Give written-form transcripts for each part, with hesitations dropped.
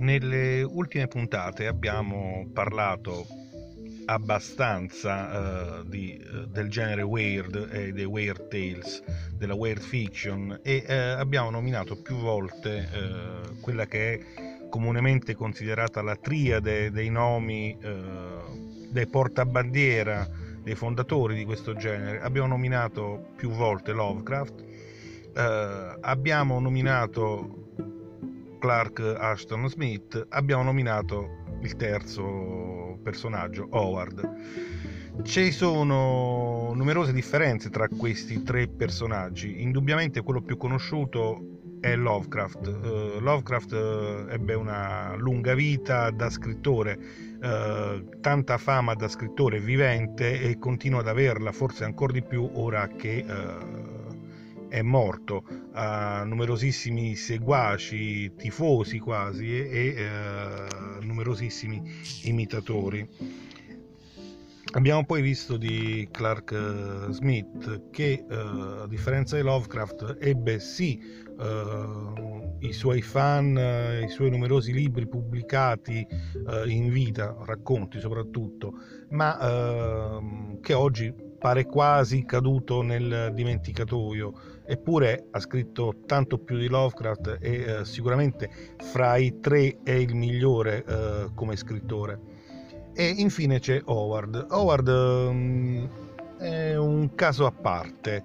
Nelle ultime puntate abbiamo parlato abbastanza del genere weird e dei weird tales, della weird fiction, e abbiamo nominato più volte quella che è comunemente considerata la triade dei nomi dei portabandiera, dei fondatori di questo genere. Abbiamo nominato più volte Lovecraft, abbiamo nominato Clark Ashton Smith, abbiamo nominato il terzo personaggio, Howard. Ci sono numerose differenze tra questi tre personaggi. Indubbiamente quello più conosciuto è Lovecraft. Lovecraft ebbe una lunga vita da scrittore, tanta fama da scrittore vivente, e continua ad averla, forse ancora di più ora che è morto. Ha numerosissimi seguaci, tifosi quasi, e numerosissimi imitatori. Abbiamo poi visto di Clark Smith che a differenza di Lovecraft ebbe sì i suoi fan, i suoi numerosi libri pubblicati in vita, racconti soprattutto, ma che oggi pare quasi caduto nel dimenticatoio. Eppure ha scritto tanto più di Lovecraft e sicuramente fra i tre è il migliore come scrittore. E infine c'è Howard. Howard è un caso a parte.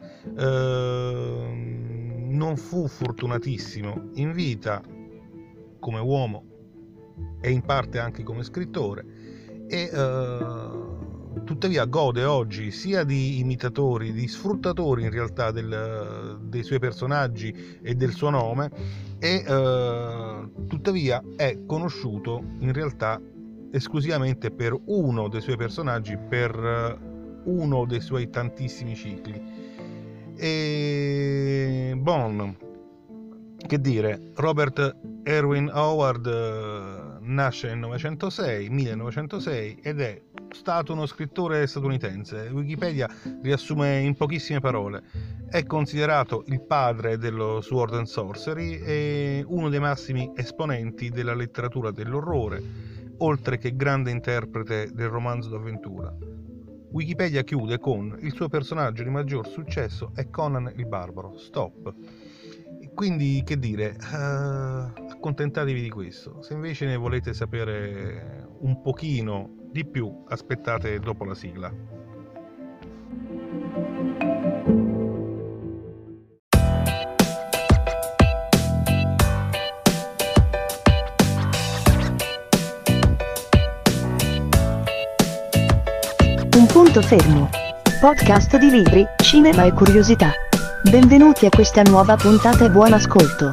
Non fu fortunatissimo in vita come uomo e in parte anche come scrittore, e tuttavia gode oggi sia di imitatori, di sfruttatori in realtà dei suoi personaggi e del suo nome, e tuttavia è conosciuto in realtà esclusivamente per uno dei suoi personaggi, per uno dei suoi tantissimi cicli. E che dire, Robert Erwin Howard nasce nel 1906 ed è stato uno scrittore statunitense. Wikipedia riassume in pochissime parole: è considerato il padre dello Sword and Sorcery e uno dei massimi esponenti della letteratura dell'orrore, oltre che grande interprete del romanzo d'avventura. Wikipedia chiude con: il suo personaggio di maggior successo è Conan il Barbaro. Stop. Quindi, che dire, accontentatevi di questo. Se invece ne volete sapere un pochino di più, aspettate dopo la sigla. Un punto fermo. Podcast di libri, cinema e curiosità. Benvenuti a questa nuova puntata e buon ascolto.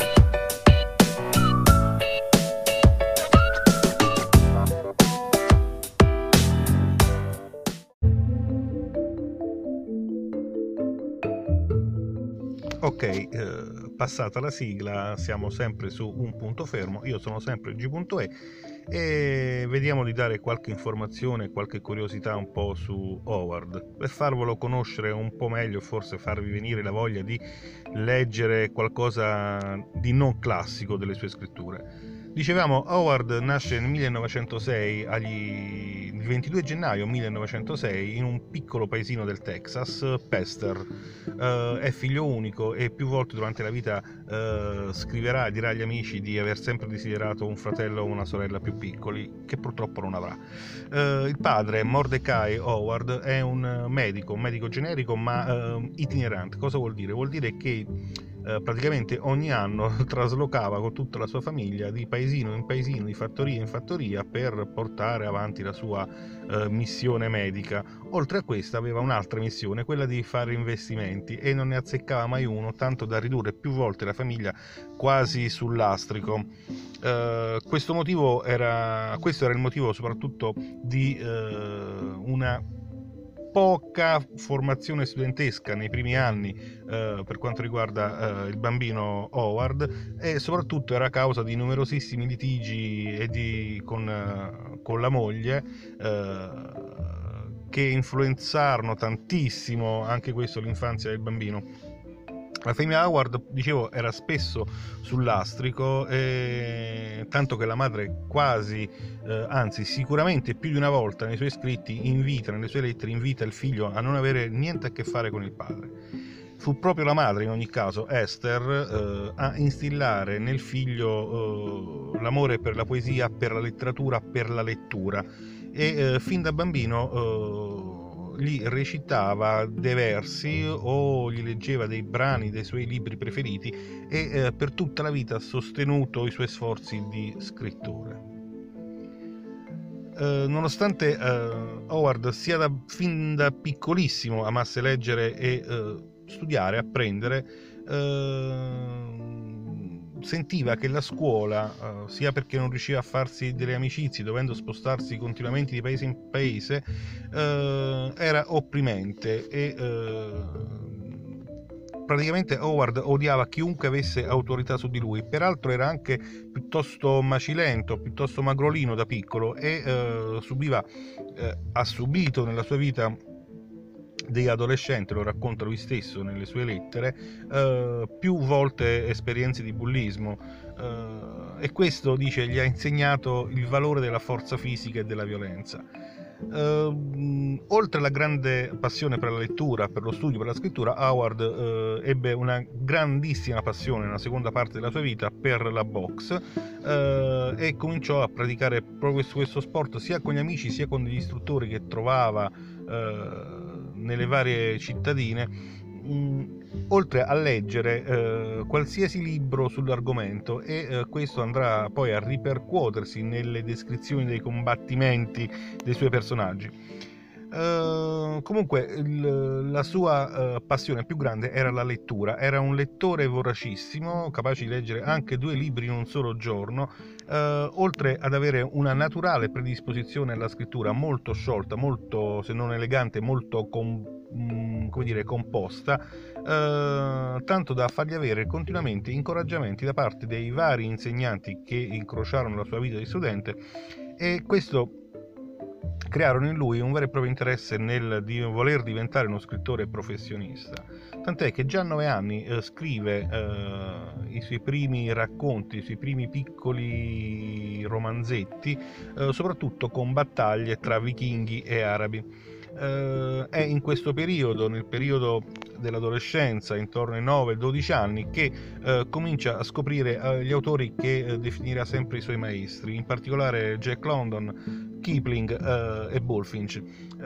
Ok, passata la sigla, siamo sempre su un punto fermo. Io sono sempre G.E e vediamo di dare qualche informazione, qualche curiosità un po' su Howard, per farvelo conoscere un po' meglio, forse farvi venire la voglia di leggere qualcosa di non classico delle sue scritture. Dicevamo, Howard nasce nel 1906, il 22 gennaio 1906, in un piccolo paesino del Texas, Pester. È figlio unico e più volte durante la vita scriverà e dirà agli amici di aver sempre desiderato un fratello o una sorella più piccoli, che purtroppo non avrà. Il padre, Mordecai Howard, è un medico generico ma itinerante. Cosa vuol dire? Vuol dire che praticamente ogni anno traslocava con tutta la sua famiglia di paesino in paesino, di fattoria in fattoria, per portare avanti la sua missione medica. Oltre a questa aveva un'altra missione, quella di fare investimenti, e non ne azzeccava mai uno, tanto da ridurre più volte la famiglia quasi sul lastrico. Questo era il motivo soprattutto di una poca formazione studentesca nei primi anni per quanto riguarda il bambino Howard, e soprattutto era causa di numerosissimi litigi con la moglie che influenzarono tantissimo anche questo l'infanzia del bambino. La famiglia Howard, dicevo, era spesso sul lastrico, tanto che la madre quasi, anzi sicuramente più di una volta nei suoi scritti nelle sue lettere invita il figlio a non avere niente a che fare con il padre. Fu proprio la madre, in ogni caso, Esther, a instillare nel figlio l'amore per la poesia, per la letteratura, per la lettura, e fin da bambino gli recitava dei versi o gli leggeva dei brani dei suoi libri preferiti, e per tutta la vita ha sostenuto i suoi sforzi di scrittore. Nonostante Howard fin da piccolissimo amasse leggere e studiare, apprendere, sentiva che la scuola, sia perché non riusciva a farsi delle amicizie, dovendo spostarsi continuamente di paese in paese, era opprimente, e praticamente Howard odiava chiunque avesse autorità su di lui. Peraltro era anche piuttosto macilento, piuttosto magrolino da piccolo, e ha subito nella sua vita degli adolescenti, lo racconta lui stesso nelle sue lettere, più volte esperienze di bullismo, e questo, dice, gli ha insegnato il valore della forza fisica e della violenza. Oltre alla grande passione per la lettura, per lo studio, per la scrittura, Howard ebbe una grandissima passione nella seconda parte della sua vita per la boxe, e cominciò a praticare proprio questo sport sia con gli amici sia con gli istruttori che trovava nelle varie cittadine, oltre a leggere qualsiasi libro sull'argomento, e questo andrà poi a ripercuotersi nelle descrizioni dei combattimenti dei suoi personaggi. Comunque la sua passione più grande era la lettura. Era un lettore voracissimo, capace di leggere anche 2 libri in un solo giorno, oltre ad avere una naturale predisposizione alla scrittura molto sciolta, molto, se non elegante, molto composta, tanto da fargli avere continuamente incoraggiamenti da parte dei vari insegnanti che incrociarono la sua vita di studente, e questo crearono in lui un vero e proprio interesse nel voler diventare uno scrittore professionista, tant'è che già a 9 anni scrive i suoi primi racconti, i suoi primi piccoli romanzetti, soprattutto con battaglie tra vichinghi e arabi. È in questo periodo, nel periodo dell'adolescenza, intorno ai 9-12 anni, che comincia a scoprire gli autori che definirà sempre i suoi maestri, in particolare Jack London, Kipling e Bulfinch,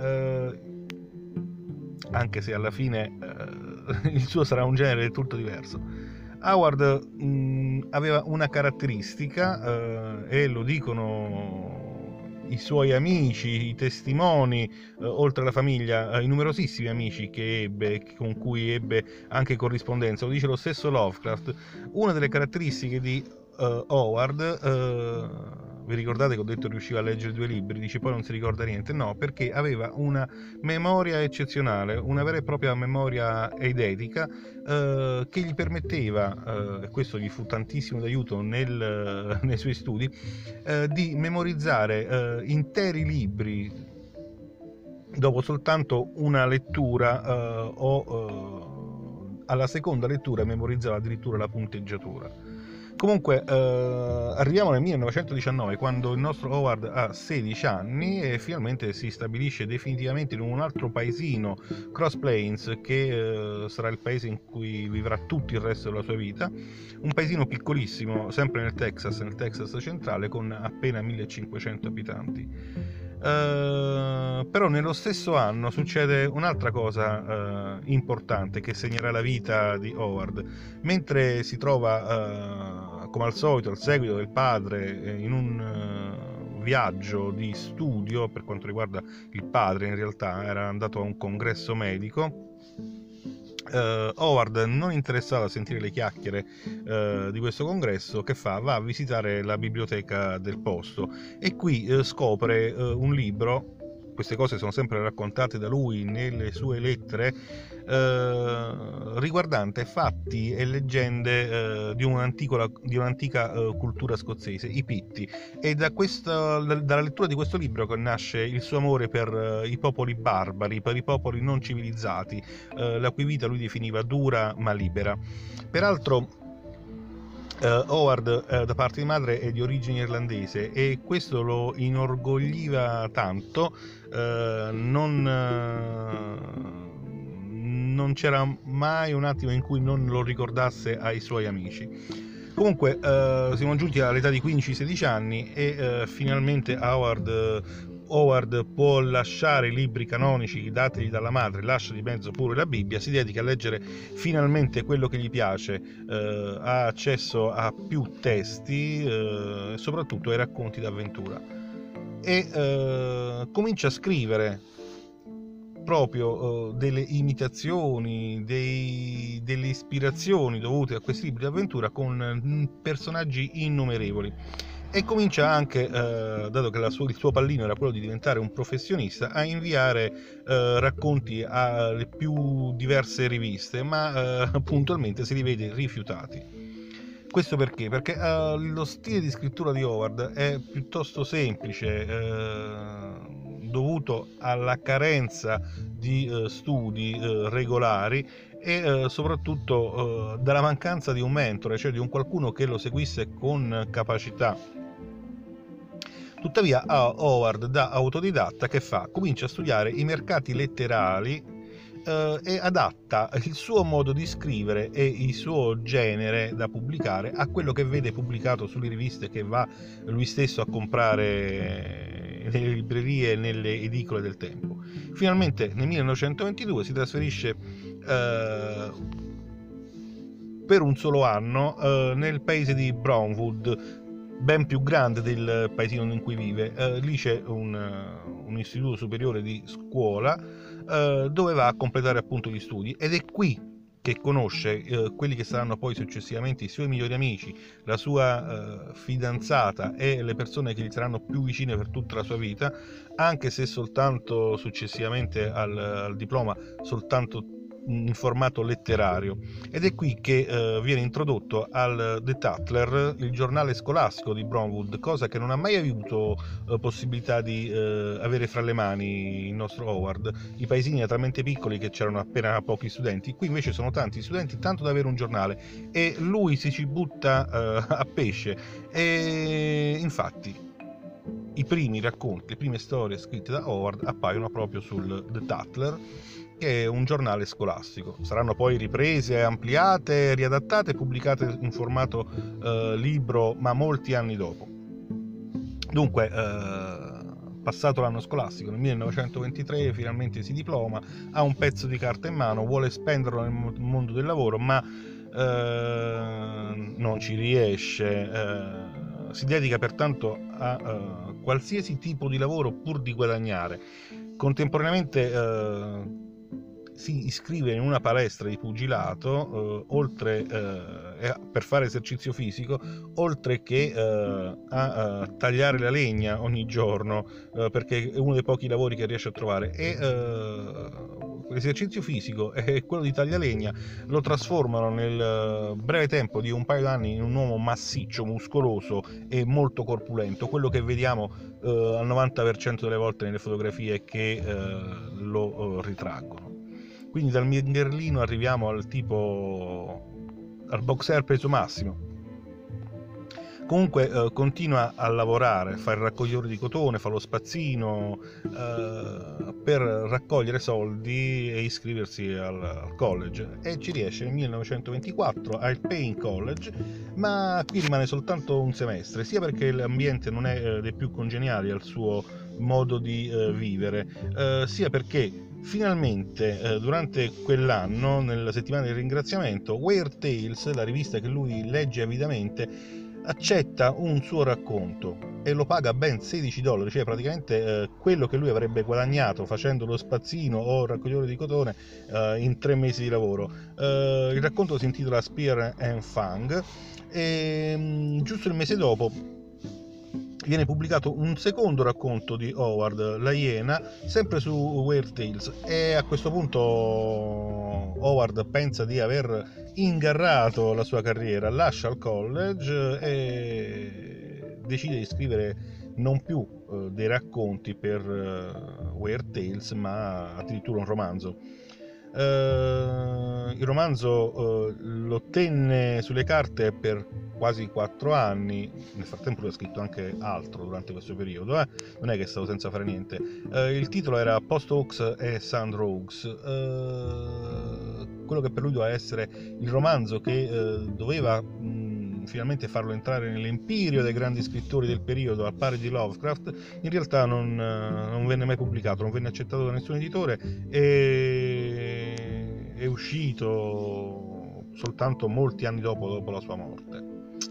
anche se alla fine il suo sarà un genere del tutto diverso. Howard aveva una caratteristica, e lo dicono i suoi amici, i testimoni, oltre alla famiglia, i numerosissimi amici che ebbe, con cui ebbe anche corrispondenza. Lo dice lo stesso Lovecraft. Una delle caratteristiche di Howard, vi ricordate che ho detto che riusciva a leggere 2 libri, dice poi non si ricorda niente? No, perché aveva una memoria eccezionale, una vera e propria memoria eidetica, che gli permetteva, e questo gli fu tantissimo d'aiuto nei suoi studi, di memorizzare interi libri dopo soltanto una lettura, o alla seconda lettura memorizzava addirittura la punteggiatura. Comunque arriviamo nel 1919, quando il nostro Howard ha 16 anni e finalmente si stabilisce definitivamente in un altro paesino, Cross Plains, che sarà il paese in cui vivrà tutto il resto della sua vita. Un paesino piccolissimo, sempre nel Texas centrale, con appena 1500 abitanti. Però nello stesso anno succede un'altra cosa importante che segnerà la vita di Howard. Mentre si trova come al solito al seguito del padre in un viaggio di studio, per quanto riguarda il padre in realtà era andato a un congresso medico, Howard, non interessato a sentire le chiacchiere di questo congresso, che fa? Va a visitare la biblioteca del posto, e qui scopre un libro queste cose sono sempre raccontate da lui nelle sue lettere, riguardante fatti e leggende di un'antica cultura scozzese, i Pitti, e dalla lettura di questo libro che nasce il suo amore per i popoli barbari, per i popoli non civilizzati, la cui vita lui definiva dura ma libera. Peraltro Howard da parte di madre è di origine irlandese e questo lo inorgogliva tanto, non c'era mai un attimo in cui non lo ricordasse ai suoi amici. Comunque siamo giunti all'età di 15-16 anni e finalmente Howard può lasciare i libri canonici dategli dalla madre, lascia di mezzo pure la Bibbia, si dedica a leggere finalmente quello che gli piace, ha accesso a più testi e soprattutto ai racconti d'avventura e comincia a scrivere proprio delle imitazioni, delle ispirazioni dovute a questi libri d'avventura con personaggi innumerevoli. E comincia anche, dato che il suo pallino era quello di diventare un professionista, a inviare racconti alle più diverse riviste, ma puntualmente se li vede rifiutati. Questo perché? Perché lo stile di scrittura di Howard è piuttosto semplice, dovuto alla carenza di studi regolari e soprattutto dalla mancanza di un mentore, cioè di un qualcuno che lo seguisse con capacità. Tuttavia Howard, da autodidatta, che fa? Comincia a studiare i mercati letterali e adatta il suo modo di scrivere e il suo genere da pubblicare a quello che vede pubblicato sulle riviste che va lui stesso a comprare nelle librerie e nelle edicole del tempo. Finalmente nel 1922 si trasferisce per un solo anno nel paese di Brownwood, ben più grande del paesino in cui vive. Lì c'è un istituto superiore di scuola dove va a completare appunto gli studi, ed è qui che conosce quelli che saranno poi successivamente i suoi migliori amici, la sua fidanzata e le persone che gli saranno più vicine per tutta la sua vita, anche se soltanto successivamente al diploma, soltanto in formato letterario. Ed è qui che viene introdotto al The Tatler, il giornale scolastico di Brownwood, cosa che non ha mai avuto possibilità di avere fra le mani il nostro Howard. I paesini erano talmente piccoli che c'erano appena pochi studenti, qui invece sono tanti studenti, tanto da avere un giornale, e lui si ci butta a pesce. E infatti i primi racconti, le prime storie scritte da Howard appaiono proprio sul The Tatler, che è un giornale scolastico. Saranno poi riprese, ampliate, riadattate e pubblicate in formato libro, ma molti anni dopo. Dunque, passato l'anno scolastico, nel 1923 finalmente si diploma, ha un pezzo di carta in mano, vuole spenderlo nel mondo del lavoro, ma non ci riesce. Si dedica pertanto a qualsiasi tipo di lavoro pur di guadagnare. Contemporaneamente si iscrive in una palestra di pugilato per fare esercizio fisico, oltre che a tagliare la legna ogni giorno, perché è uno dei pochi lavori che riesce a trovare. E l'esercizio fisico e quello di taglialegna lo trasformano nel breve tempo di un paio d'anni in un uomo massiccio, muscoloso e molto corpulento, quello che vediamo al 90% delle volte nelle fotografie che lo ritraggono. Quindi dal mingherlino arriviamo al boxer peso massimo. Comunque continua a lavorare, fa il raccogliere di cotone, fa lo spazzino per raccogliere soldi e iscriversi al college, e ci riesce nel 1924 al Payne College, ma qui rimane soltanto un semestre, sia perché l'ambiente non è dei più congeniali al suo modo di vivere, sia perché finalmente durante quell'anno, nella settimana del ringraziamento, Weird Tales, la rivista che lui legge avidamente, accetta un suo racconto e lo paga ben $16, cioè praticamente quello che lui avrebbe guadagnato facendo lo spazzino o il raccogliere di cotone in 3 mesi di lavoro. Il racconto si intitola Spear and Fang, e giusto il mese dopo viene pubblicato un secondo racconto di Howard, La Iena, sempre su Weird Tales, e a questo punto Howard pensa di aver ingarrato la sua carriera, lascia il college e decide di scrivere non più dei racconti per Weird Tales, ma addirittura un romanzo. Il romanzo lo tenne sulle carte per quasi 4 anni, nel frattempo lui ha scritto anche altro durante questo periodo, non è che è stato senza fare niente. Il titolo era Post Oaks e Sand Rogues, quello che per lui doveva essere il romanzo che doveva finalmente farlo entrare nell'empirio dei grandi scrittori del periodo, al pari di Lovecraft. In realtà non venne mai pubblicato, non venne accettato da nessun editore e è uscito soltanto molti anni dopo la sua morte.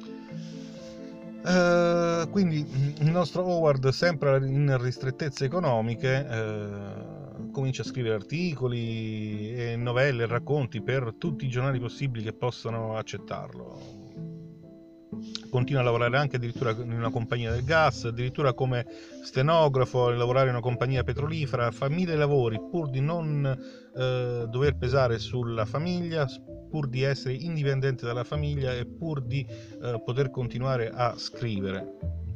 Quindi il nostro Howard, sempre in ristrettezze economiche, comincia a scrivere articoli e novelle e racconti per tutti i giornali possibili che possano accettarlo. Continua a lavorare anche addirittura in una compagnia del gas, addirittura come stenografo, a lavorare in una compagnia petrolifera, fa 1000 lavori pur di non dover pesare sulla famiglia, pur di essere indipendente dalla famiglia e pur di poter continuare a scrivere.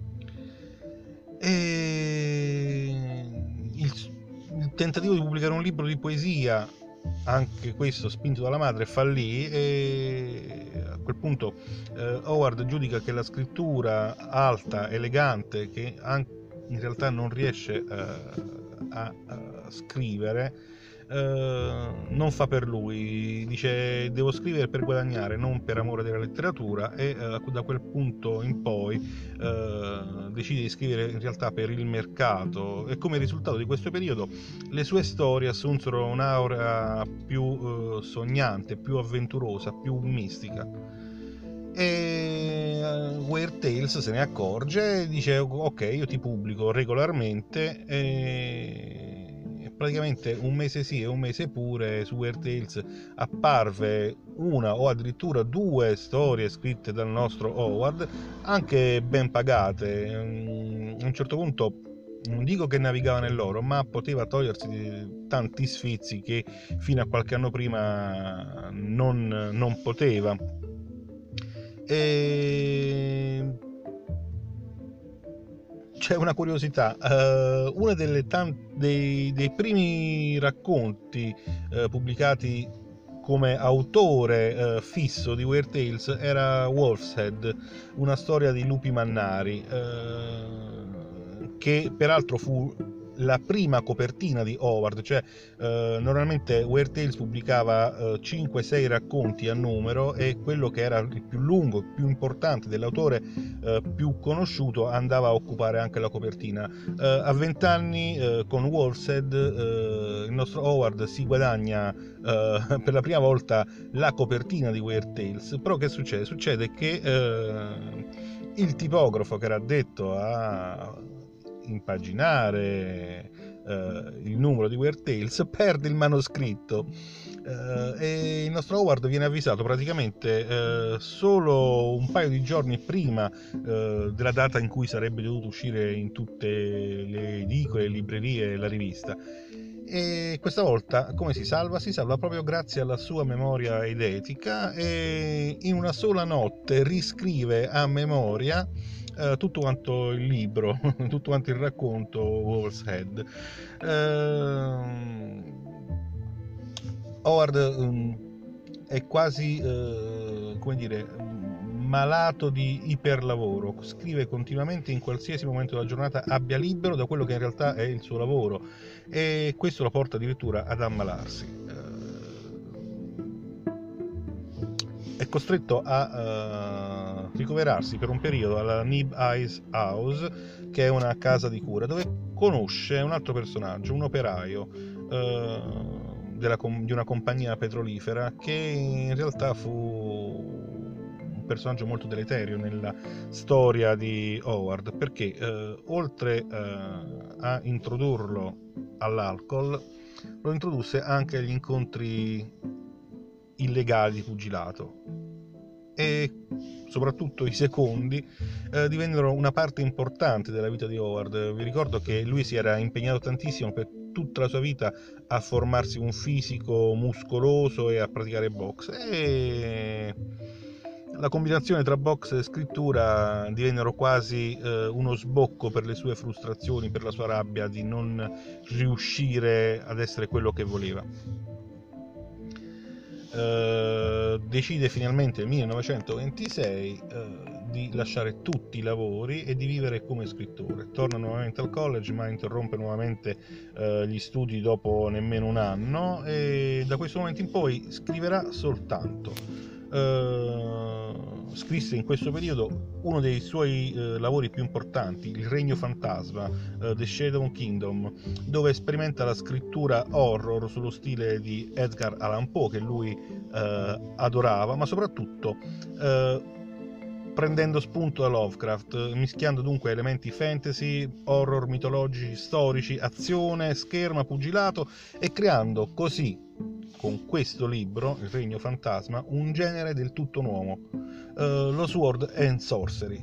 E il tentativo di pubblicare un libro di poesia, anche questo spinto dalla madre, fallì e a quel punto Howard giudica che la scrittura alta, elegante, che in realtà non riesce a scrivere, non fa per lui. Dice: devo scrivere per guadagnare, non per amore della letteratura, e da quel punto in poi decide di scrivere in realtà per il mercato, e come risultato di questo periodo le sue storie assunsero un'aura più sognante, più avventurosa, più mistica. E Weird Tales se ne accorge e dice: ok, io ti pubblico regolarmente, e praticamente un mese sì e un mese pure su Weird Tales apparve una o addirittura 2 storie scritte dal nostro Howard, anche ben pagate. A un certo punto non dico che navigava nell'oro, ma poteva togliersi tanti sfizi che fino a qualche anno prima non poteva. E c'è una curiosità, uno dei primi racconti pubblicati come autore fisso di Weird Tales era Wolf's Head, una storia di lupi mannari, che peraltro fu la prima copertina di Howard, cioè normalmente Weird Tales pubblicava 5-6 racconti a numero, e quello che era il più lungo, più importante dell'autore più conosciuto andava a occupare anche la copertina. A 20 anni con Wolf's Head il nostro Howard si guadagna per la prima volta la copertina di Weird Tales. Però che succede? Succede che il tipografo che era addetto a impaginare il numero di Weird Tales perde il manoscritto, e il nostro Howard viene avvisato praticamente solo un paio di giorni prima della data in cui sarebbe dovuto uscire in tutte le edicole, le librerie, la rivista. E questa volta come si salva? Si salva proprio grazie alla sua memoria eidetica, e in una sola notte riscrive a memoria tutto quanto il libro, tutto quanto il racconto Wolf's Head. Howard è quasi come dire, malato di iperlavoro, scrive continuamente in qualsiasi momento della giornata abbia libero da quello che in realtà è il suo lavoro, e questo lo porta addirittura ad ammalarsi. È costretto a ricoverarsi per un periodo alla Nib Eyes House, che è una casa di cura, dove conosce un altro personaggio, un operaio di una compagnia petrolifera, che in realtà fu un personaggio molto deleterio nella storia di Howard, perché oltre a introdurlo all'alcol, lo introdusse anche agli incontri illegali di pugilato, e soprattutto i secondi divennero una parte importante della vita di Howard. Vi ricordo che lui si era impegnato tantissimo per tutta la sua vita a formarsi un fisico muscoloso e a praticare box, e la combinazione tra box e scrittura divennero quasi uno sbocco per le sue frustrazioni, per la sua rabbia di non riuscire ad essere quello che voleva. Decide finalmente nel 1926 di lasciare tutti i lavori e di vivere come scrittore. Torna nuovamente al college, ma interrompe nuovamente gli studi dopo nemmeno un anno, e da questo momento in poi scriverà soltanto. Scrisse in questo periodo uno dei suoi lavori più importanti, Il Regno Fantasma, The Shadow Kingdom, dove sperimenta la scrittura horror sullo stile di Edgar Allan Poe, che lui adorava, ma soprattutto prendendo spunto da Lovecraft, mischiando dunque elementi fantasy, horror mitologici, storici, azione, scherma, pugilato, e creando così, con questo libro, Il Regno Fantasma, un genere del tutto nuovo, lo Sword and Sorcery.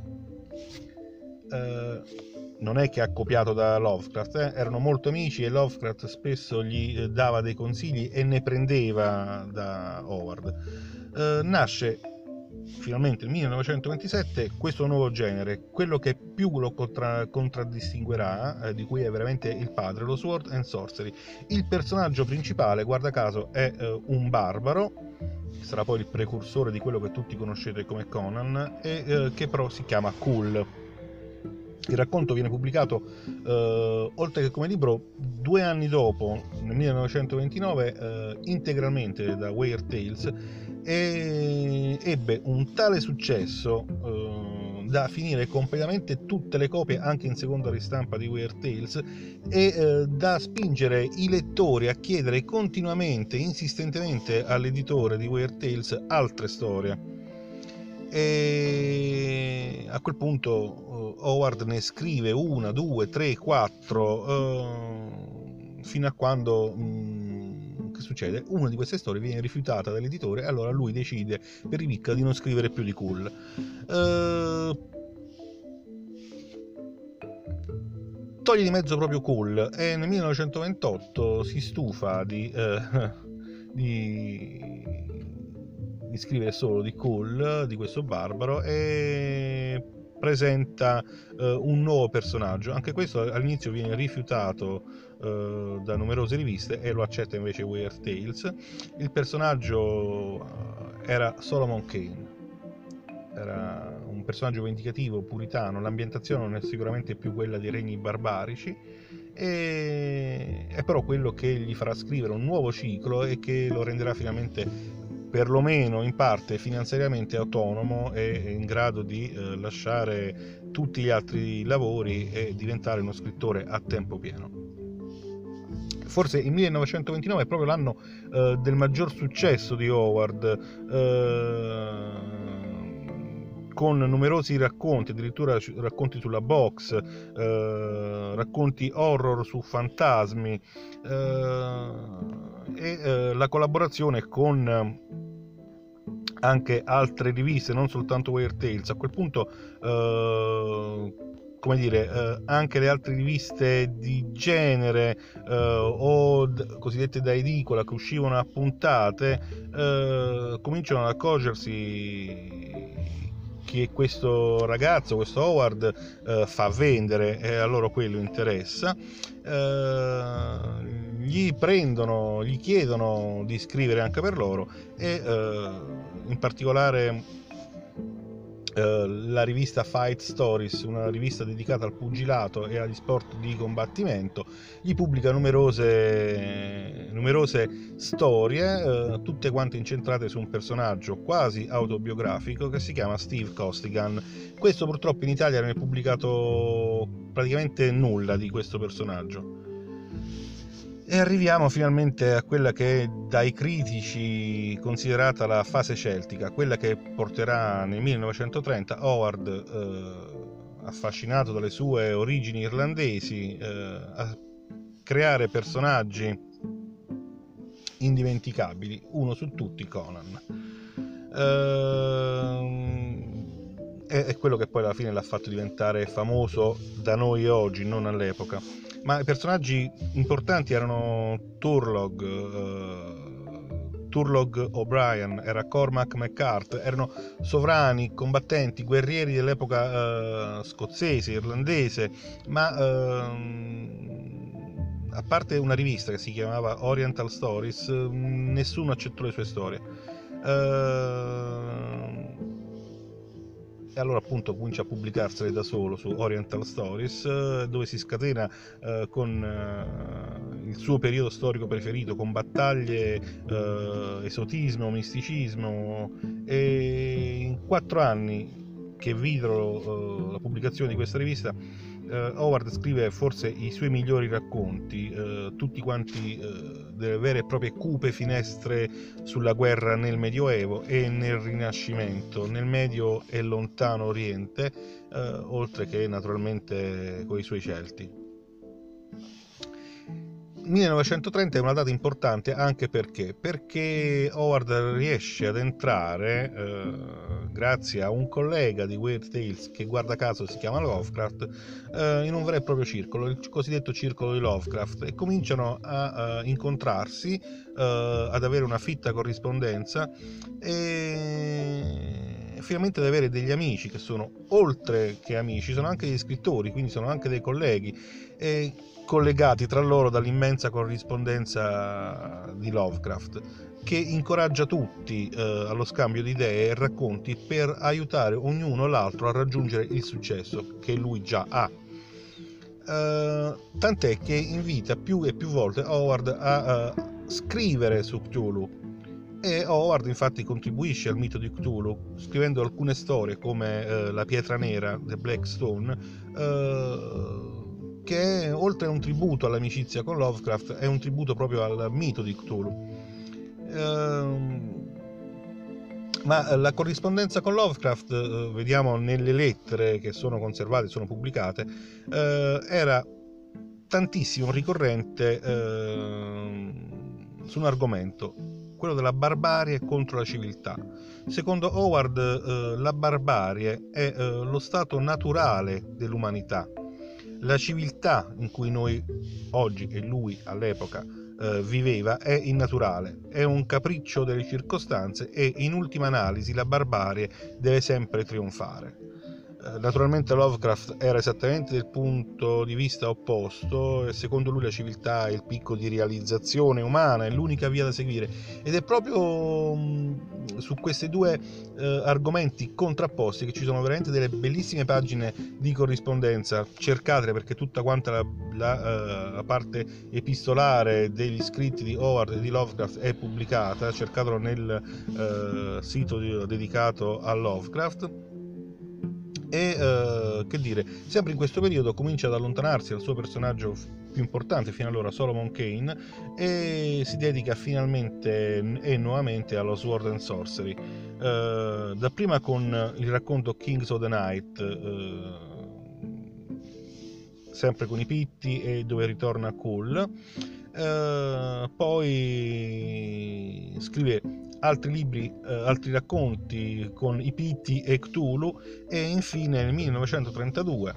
Non è che ha copiato da Lovecraft, erano molto amici e Lovecraft spesso gli dava dei consigli e ne prendeva da Howard. Nasce finalmente nel 1927 questo nuovo genere, quello che più lo contraddistinguerà, di cui è veramente il padre, lo Sword and Sorcery. Il personaggio principale, guarda caso, è un barbaro, che sarà poi il precursore di quello che tutti conoscete come Conan, e che però si chiama Kull. Il racconto viene pubblicato, oltre che come libro, 2 anni dopo, nel 1929, integralmente da Weird Tales, e ebbe un tale successo da finire completamente tutte le copie anche in seconda ristampa di Weird Tales, e da spingere i lettori a chiedere continuamente, insistentemente all'editore di Weird Tales altre storie. E a quel punto Howard ne scrive 1, 2, 3, 4 fino a quando che succede? Una di queste storie viene rifiutata dall'editore, e allora lui decide per ripicca di non scrivere più di Kull. Toglie di mezzo proprio Kull, e nel 1928 si stufa di scrivere solo di Kull, di questo barbaro, e presenta un nuovo personaggio. Anche questo all'inizio viene rifiutato da numerose riviste, e lo accetta invece Weird Tales. Il personaggio era Solomon Kane, era un personaggio vendicativo, puritano. L'ambientazione non è sicuramente più quella dei regni barbarici, e è però quello che gli farà scrivere un nuovo ciclo e che lo renderà finalmente, perlomeno in parte, finanziariamente autonomo e in grado di lasciare tutti gli altri lavori e diventare uno scrittore a tempo pieno. Forse il 1929 è proprio l'anno del maggior successo di Howard, con numerosi racconti, addirittura racconti sulla box, racconti horror su fantasmi, e la collaborazione con anche altre riviste, non soltanto Weird Tales. A quel punto anche le altre riviste di genere o cosiddette da edicola, che uscivano a puntate, cominciano ad accorgersi che questo ragazzo, questo Howard, fa vendere, e a loro quello interessa. Gli chiedono di scrivere anche per loro, e in particolare la rivista Fight Stories, una rivista dedicata al pugilato e agli sport di combattimento, gli pubblica numerose storie, tutte quante incentrate su un personaggio quasi autobiografico che si chiama Steve Costigan. Questo purtroppo in Italia non è pubblicato praticamente nulla di questo personaggio. E arriviamo finalmente a quella che è dai critici considerata la fase celtica, quella che porterà nel 1930 Howard, affascinato dalle sue origini irlandesi, a creare personaggi indimenticabili, uno su tutti Conan. è quello che poi alla fine l'ha fatto diventare famoso da noi oggi, non all'epoca. Ma i personaggi importanti erano Turlough O'Brien, era Cormac McCart, erano sovrani, combattenti, guerrieri dell'epoca scozzese, irlandese, ma a parte una rivista che si chiamava Oriental Stories, nessuno accettò le sue storie. E allora appunto comincia a pubblicarsele da solo su Oriental Stories, dove si scatena con il suo periodo storico preferito, con battaglie, esotismo, misticismo, e in 4 anni che videro la pubblicazione di questa rivista, Howard scrive forse i suoi migliori racconti, tutti quanti delle vere e proprie cupe finestre sulla guerra nel Medioevo e nel Rinascimento, nel Medio e Lontano Oriente, oltre che naturalmente con i suoi Celti. 1930 è una data importante anche perché Howard riesce ad entrare, grazie a un collega di Weird Tales che guarda caso si chiama Lovecraft, in un vero e proprio circolo, il cosiddetto circolo di Lovecraft, e cominciano a incontrarsi, ad avere una fitta corrispondenza e finalmente ad avere degli amici che sono, oltre che amici, sono anche degli scrittori, quindi sono anche dei colleghi, e collegati tra loro dall'immensa corrispondenza di Lovecraft, che incoraggia tutti allo scambio di idee e racconti per aiutare ognuno l'altro a raggiungere il successo che lui già ha. Tant'è che invita più e più volte Howard a scrivere su Cthulhu, e Howard infatti contribuisce al mito di Cthulhu scrivendo alcune storie come La pietra nera, The Black Stone, che oltre a un tributo all'amicizia con Lovecraft è un tributo proprio al mito di Cthulhu. Ma la corrispondenza con Lovecraft, vediamo nelle lettere che sono conservate, sono pubblicate, era tantissimo ricorrente su un argomento, quello della barbarie contro la civiltà. Secondo Howard, la barbarie è lo stato naturale dell'umanità. La civiltà in cui noi oggi e lui all'epoca viveva è innaturale, è un capriccio delle circostanze e in ultima analisi la barbarie deve sempre trionfare. Naturalmente Lovecraft era esattamente del punto di vista opposto, e secondo lui la civiltà è il picco di realizzazione umana, è l'unica via da seguire, ed è proprio su questi due argomenti contrapposti che ci sono veramente delle bellissime pagine di corrispondenza. Cercatele, perché tutta quanta la parte epistolare degli scritti di Howard e di Lovecraft è pubblicata, cercatelo nel sito dedicato a Lovecraft. E che dire, sempre in questo periodo comincia ad allontanarsi dal suo personaggio più importante fino allora, Solomon Kane, e si dedica finalmente e nuovamente allo Sword and Sorcery, dapprima con il racconto Kings of the Night, sempre con i Pitti e dove ritorna Cole, poi scrive altri libri, altri racconti con i Pitti e Cthulhu, e infine nel 1932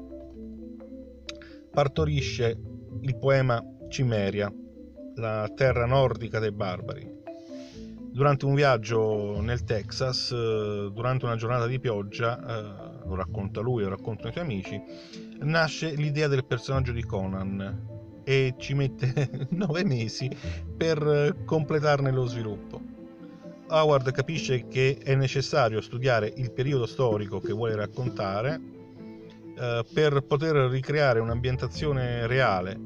partorisce il poema Cimmeria, la terra nordica dei barbari. Durante un viaggio nel Texas, durante una giornata di pioggia, lo racconta lui, lo raccontano i suoi amici, nasce l'idea del personaggio di Conan, e ci mette 9 mesi per completarne lo sviluppo. Howard capisce che è necessario studiare il periodo storico che vuole raccontare per poter ricreare un'ambientazione reale,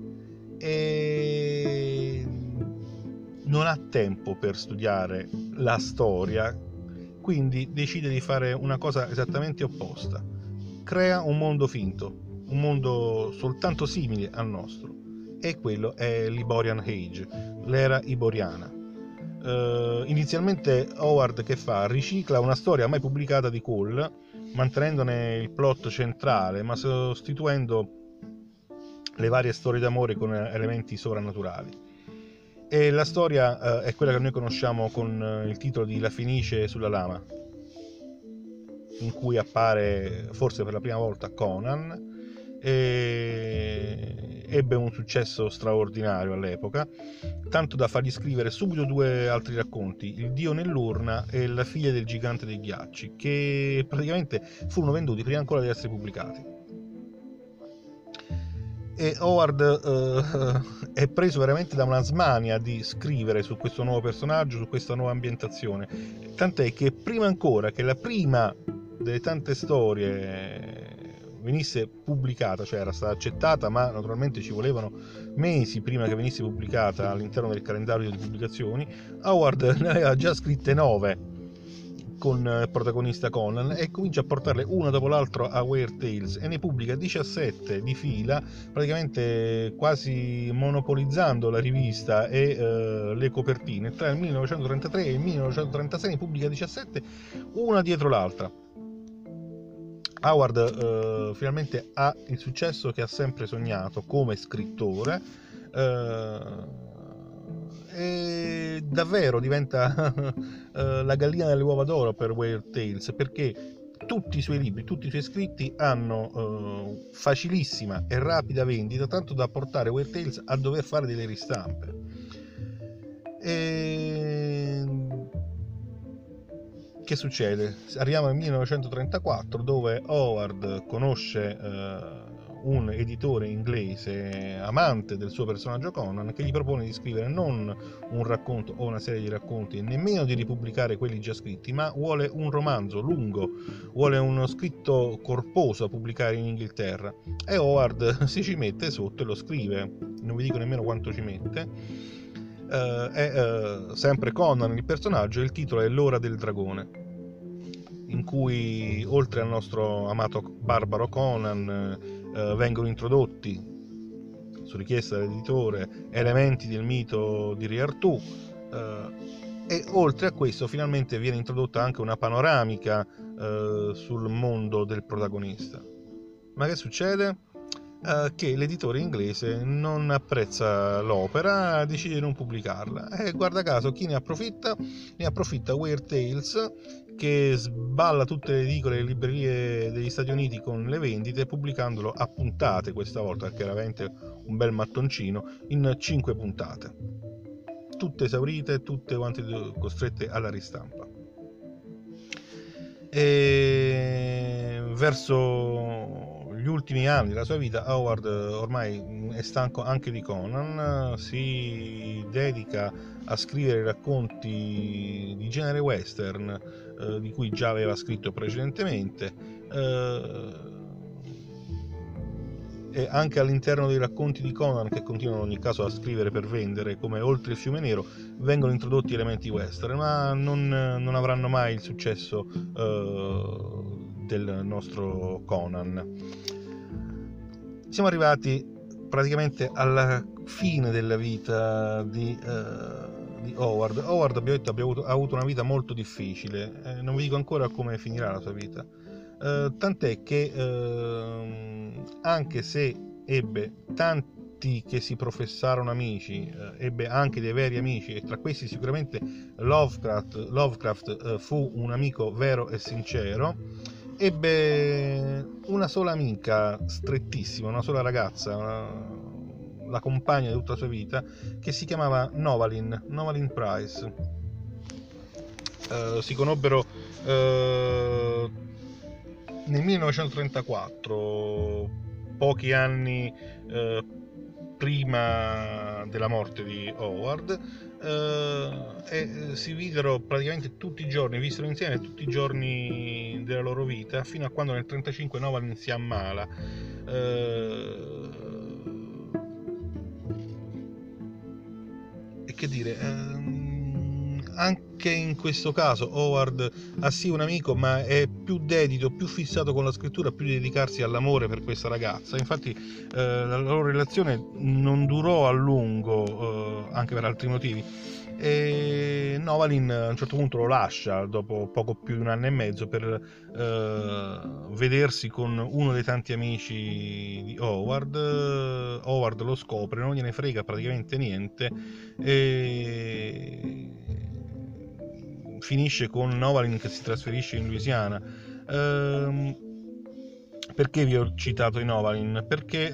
e non ha tempo per studiare la storia, quindi decide di fare una cosa esattamente opposta. Crea un mondo finto, un mondo soltanto simile al nostro, e quello è l'Iborian Age, l'era iboriana. Inizialmente Howard che fa? Ricicla una storia mai pubblicata di Cole, mantenendone il plot centrale, ma sostituendo le varie storie d'amore con elementi sovrannaturali. E la storia è quella che noi conosciamo con il titolo di La Fenice sulla lama. in cui appare forse per la prima volta Conan, e ebbe un successo straordinario all'epoca, tanto da fargli scrivere subito 2 altri racconti, Il Dio nell'urna e La figlia del gigante dei ghiacci, che praticamente furono venduti prima ancora di essere pubblicati. E Howard è preso veramente da una smania di scrivere su questo nuovo personaggio, su questa nuova ambientazione, tant'è che prima ancora che la prima delle tante storie venisse pubblicata, cioè era stata accettata, ma naturalmente ci volevano mesi prima che venisse pubblicata all'interno del calendario di pubblicazioni, Howard ne aveva già scritte 9 con il protagonista Conan e comincia a portarle una dopo l'altro a Weird Tales e ne pubblica 17 di fila, praticamente quasi monopolizzando la rivista e le copertine. Tra il 1933 e il 1936 ne pubblica 17 una dietro l'altra. Howard finalmente ha il successo che ha sempre sognato come scrittore, e davvero diventa la gallina delle uova d'oro per Weird Tales, perché tutti i suoi libri, tutti i suoi scritti hanno facilissima e rapida vendita, tanto da portare Weird Tales a dover fare delle ristampe. Che succede? Arriviamo al 1934, dove Howard conosce un editore inglese amante del suo personaggio Conan, che gli propone di scrivere non un racconto o una serie di racconti e nemmeno di ripubblicare quelli già scritti, ma vuole un romanzo lungo, vuole uno scritto corposo a pubblicare in Inghilterra, e Howard si ci mette sotto e lo scrive. Non vi dico nemmeno quanto ci mette. È sempre Conan il personaggio, e il titolo è L'ora del dragone, in cui oltre al nostro amato barbaro Conan vengono introdotti, su richiesta dell'editore, elementi del mito di Re Artù, e oltre a questo finalmente viene introdotta anche una panoramica sul mondo del protagonista. Ma che succede? Che l'editore inglese non apprezza l'opera, decide di non pubblicarla, e guarda caso chi ne approfitta? Ne approfitta Weird Tales, che sballa tutte le edicole e le librerie degli Stati Uniti con le vendite, pubblicandolo a puntate questa volta, perché era veramente un bel mattoncino, in 5 puntate, tutte esaurite, tutte quante costrette alla ristampa. E verso gli ultimi anni della sua vita Howard ormai è stanco anche di Conan, si dedica a scrivere racconti di genere western, di cui già aveva scritto precedentemente, e anche all'interno dei racconti di Conan, che continuano in ogni caso a scrivere per vendere, come Oltre il fiume nero, vengono introdotti elementi western, ma non avranno mai il successo del nostro Conan. Siamo arrivati praticamente alla fine della vita di Howard. Howard, abbiamo detto, ha avuto una vita molto difficile, non vi dico ancora come finirà la sua vita, tant'è che anche se ebbe tanti che si professarono amici, ebbe anche dei veri amici, e tra questi sicuramente Lovecraft fu un amico vero e sincero, ebbe una sola amica strettissima, una sola ragazza, la compagna di tutta la sua vita, che si chiamava Novaline Price. Si conobbero nel 1934, pochi anni prima della morte di Howard, e si videro praticamente tutti i giorni, vissero insieme tutti i giorni della loro vita, fino a quando nel 1935 Novaline si ammala. E che dire, anche in questo caso Howard ha sì un amico, ma è più dedito, più fissato con la scrittura, più di dedicarsi all'amore per questa ragazza. Infatti la loro relazione non durò a lungo, anche per altri motivi, e Novaline a un certo punto lo lascia dopo poco più di 1 anno e mezzo per vedersi con uno dei tanti amici di Howard. Howard lo scopre, non gliene frega praticamente niente, e finisce con Novaline che si trasferisce in Louisiana Perché vi ho citato i Novalin? Perché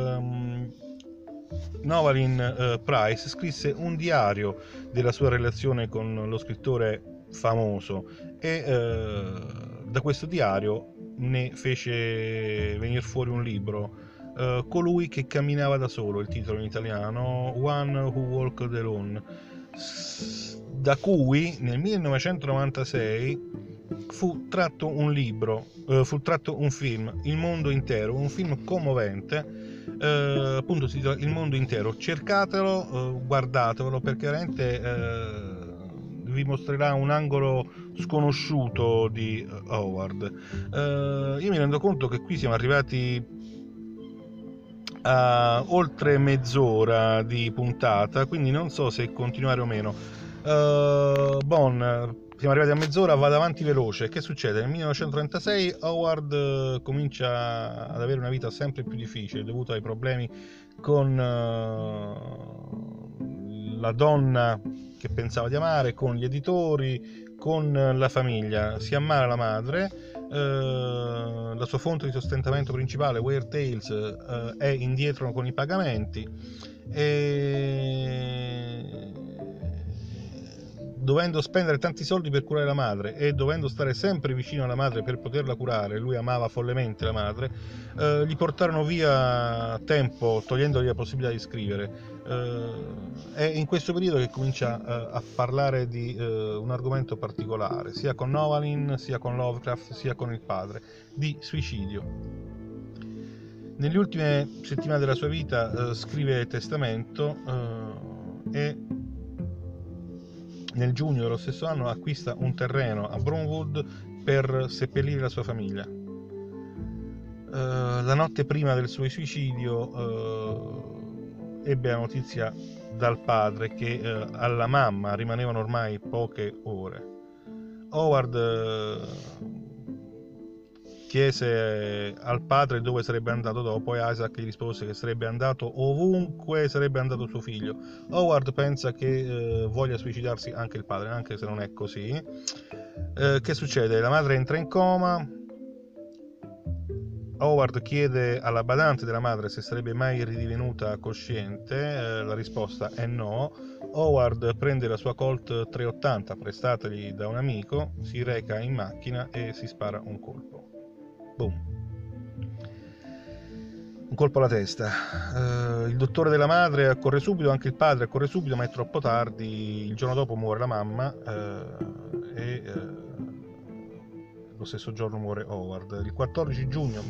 Novalin Price scrisse un diario della sua relazione con lo scrittore famoso e da questo diario ne fece venire fuori un libro, Colui che camminava da solo, il titolo in italiano, One Who Walked Alone, da cui nel 1996 fu tratto un film, Il mondo intero, un film commovente, appunto si intitola Il mondo intero. Cercatelo, guardatelo, perché veramente vi mostrerà un angolo sconosciuto di Howard. Io mi rendo conto che qui siamo arrivati a oltre mezz'ora di puntata, quindi non so se continuare o meno. Siamo arrivati a mezz'ora, vado avanti veloce. Che succede? Nel 1936 Howard comincia ad avere una vita sempre più difficile dovuto ai problemi con la donna che pensava di amare, con gli editori, con la famiglia. Si ammala la madre, la sua fonte di sostentamento principale, Weird Tales, è indietro con i pagamenti e dovendo spendere tanti soldi per curare la madre e dovendo stare sempre vicino alla madre per poterla curare, lui amava follemente la madre, gli portarono via tempo, togliendogli la possibilità di scrivere. È in questo periodo che comincia a parlare di un argomento particolare, sia con Novalin, sia con Lovecraft, sia con il padre, di suicidio. Nelle ultime settimane della sua vita scrive testamento e nel giugno dello stesso anno acquista un terreno a Brownwood per seppellire la sua famiglia. La notte prima del suo suicidio ebbe la notizia dal padre che alla mamma rimanevano ormai poche ore. Howard chiese al padre dove sarebbe andato dopo e Isaac gli rispose che sarebbe andato ovunque sarebbe andato suo figlio. Howard pensa che voglia suicidarsi anche il padre, anche se non è così. Che succede? La madre entra in coma. Howard chiede alla badante della madre se sarebbe mai ridivenuta cosciente, la risposta è no. Howard prende la sua Colt 380 prestatagli da un amico, si reca in macchina e si spara un colpo. Boom. Un colpo alla testa. Il dottore della madre accorre subito, anche il padre accorre subito, ma è troppo tardi. Il giorno dopo muore la mamma e lo stesso giorno muore Howard. Il 14 giugno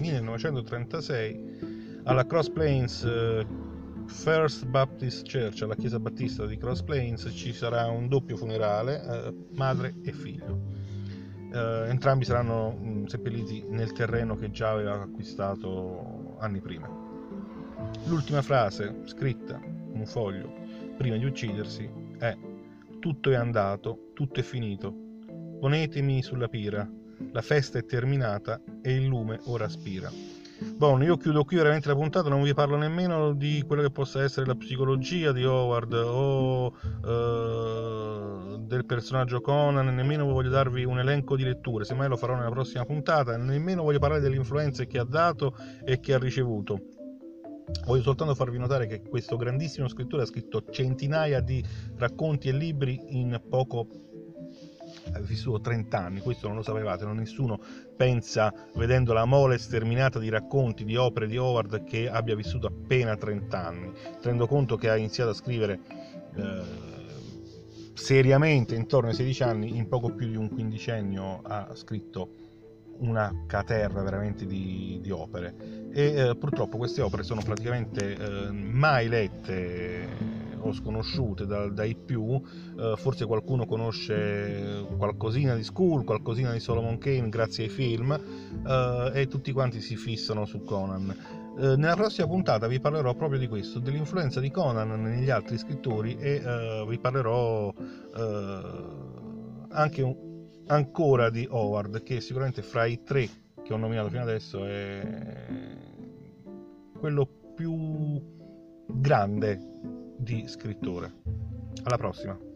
1936 alla Cross Plains First Baptist Church, alla chiesa battista di Cross Plains, ci sarà un doppio funerale, madre e figlio. Entrambi saranno seppelliti nel terreno che già aveva acquistato anni prima. L'ultima frase scritta un foglio prima di uccidersi è: tutto è andato, tutto è finito, ponetemi sulla pira, la festa è terminata e il lume ora spira. Buono, io chiudo qui veramente la puntata, non vi parlo nemmeno di quello che possa essere la psicologia di Howard o del personaggio Conan, nemmeno voglio darvi un elenco di letture, semmai lo farò nella prossima puntata, nemmeno voglio parlare delle influenze che ha dato e che ha ricevuto. Voglio soltanto farvi notare che questo grandissimo scrittore ha scritto centinaia di racconti e libri in poco. Ha vissuto 30 anni, questo non lo sapevate, nessuno pensa, vedendo la mole sterminata di racconti, di opere di Howard, che abbia vissuto appena 30 anni. Rendo conto che ha iniziato a scrivere seriamente intorno ai 16 anni, in poco più di un quindicennio ha scritto una caterva veramente di opere e purtroppo queste opere sono praticamente mai lette o sconosciute dai più. Forse qualcuno conosce qualcosina di School, qualcosina di Solomon Kane grazie ai film, e tutti quanti si fissano su Conan. Nella prossima puntata vi parlerò proprio di questo, dell'influenza di Conan negli altri scrittori, e vi parlerò anche ancora di Howard, che sicuramente fra i tre che ho nominato fino adesso è quello più grande di scrittore. Alla prossima.